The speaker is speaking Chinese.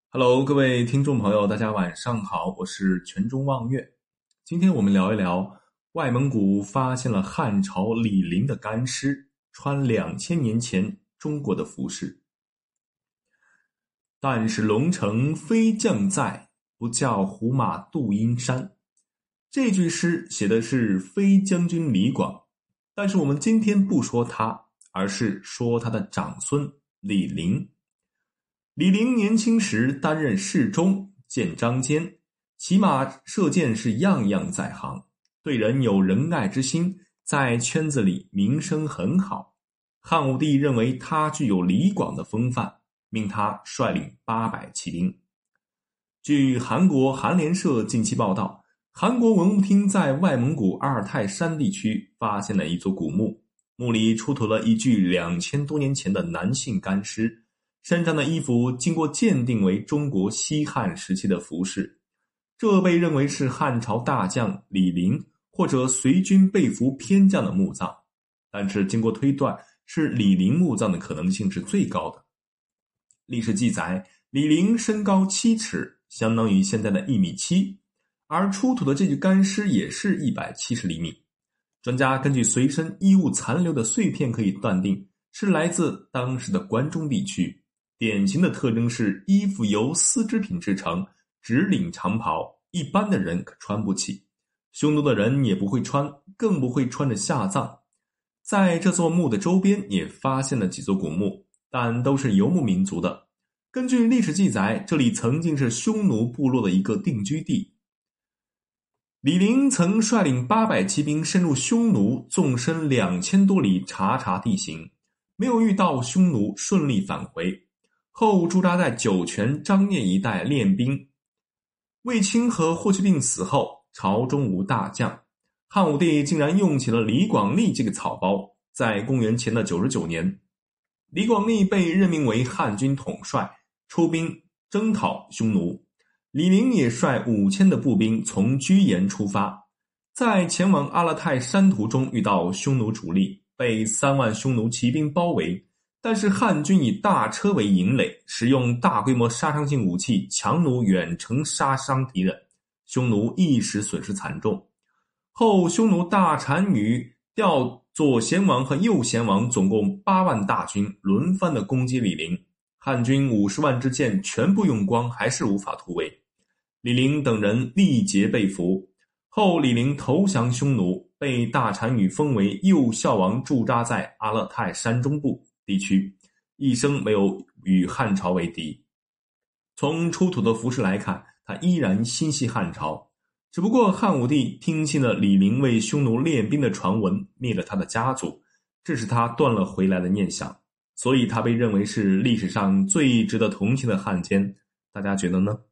Hello，各位听众朋友，大家晚上好，我是全中望月。今天我们聊一聊外蒙古发现了汉朝李陵的干尸，穿2000年前中国的服饰。但是龙城飞将在，不教胡马度阴山。这句诗写的是飞将军李广，但是我们今天不说他，而是说他的长孙李陵。李陵年轻时担任侍中，见张坚，骑马射箭是样样在行，对人有仁爱之心，在圈子里名声很好。汉武帝认为他具有李广的风范，命他率领800骑兵。据韩国韩联社近期报道，韩国文物厅在外蒙古阿尔泰山地区发现了一座古墓，墓里出土了一具2000多年前的男性干尸，身上的衣服经过鉴定为中国西汉时期的服饰，这被认为是汉朝大将李陵或者随军被俘偏将的墓葬，但是经过推断，是李陵墓葬的可能性是最高的。历史记载，李陵身高7尺，相当于现在的1.7米，而出土的这具干尸也是170厘米。专家根据随身衣物残留的碎片可以断定，是来自当时的关中地区。典型的特征是衣服由丝织品制成，直领长袍，一般的人可穿不起，匈奴的人也不会穿，更不会穿着下葬。在这座墓的周边也发现了几座古墓，但都是游牧民族的。根据历史记载，这里曾经是匈奴部落的一个定居地。李陵曾率领800骑兵深入匈奴，纵深2000多里查查地形，没有遇到匈奴，顺利返回。后驻扎在酒泉、张掖一带练兵。卫青和霍去病死后，朝中无大将，汉武帝竟然用起了李广利这个草包。在公元前的99年，李广利被任命为汉军统帅，出兵征讨匈奴。李陵也率5000的步兵从居延出发，在前往阿勒泰山途中遇到匈奴主力，被3万匈奴骑兵包围。但是汉军以大车为营垒，使用大规模杀伤性武器强弩远程杀伤敌人，匈奴一时损失惨重。后匈奴大单于调左贤王和右贤王总共8万大军轮番的攻击李陵，汉军50万支箭全部用光，还是无法突围。李陵等人力竭被俘，后李陵投降匈奴，被大单于封为右孝王，驻扎在阿勒泰山中部地区，一生没有与汉朝为敌。从出土的服饰来看，他依然心系汉朝，只不过汉武帝听信了李陵为匈奴练兵的传闻，灭了他的家族，这是他断了回来的念想，所以他被认为是历史上最值得同情的汉奸。大家觉得呢？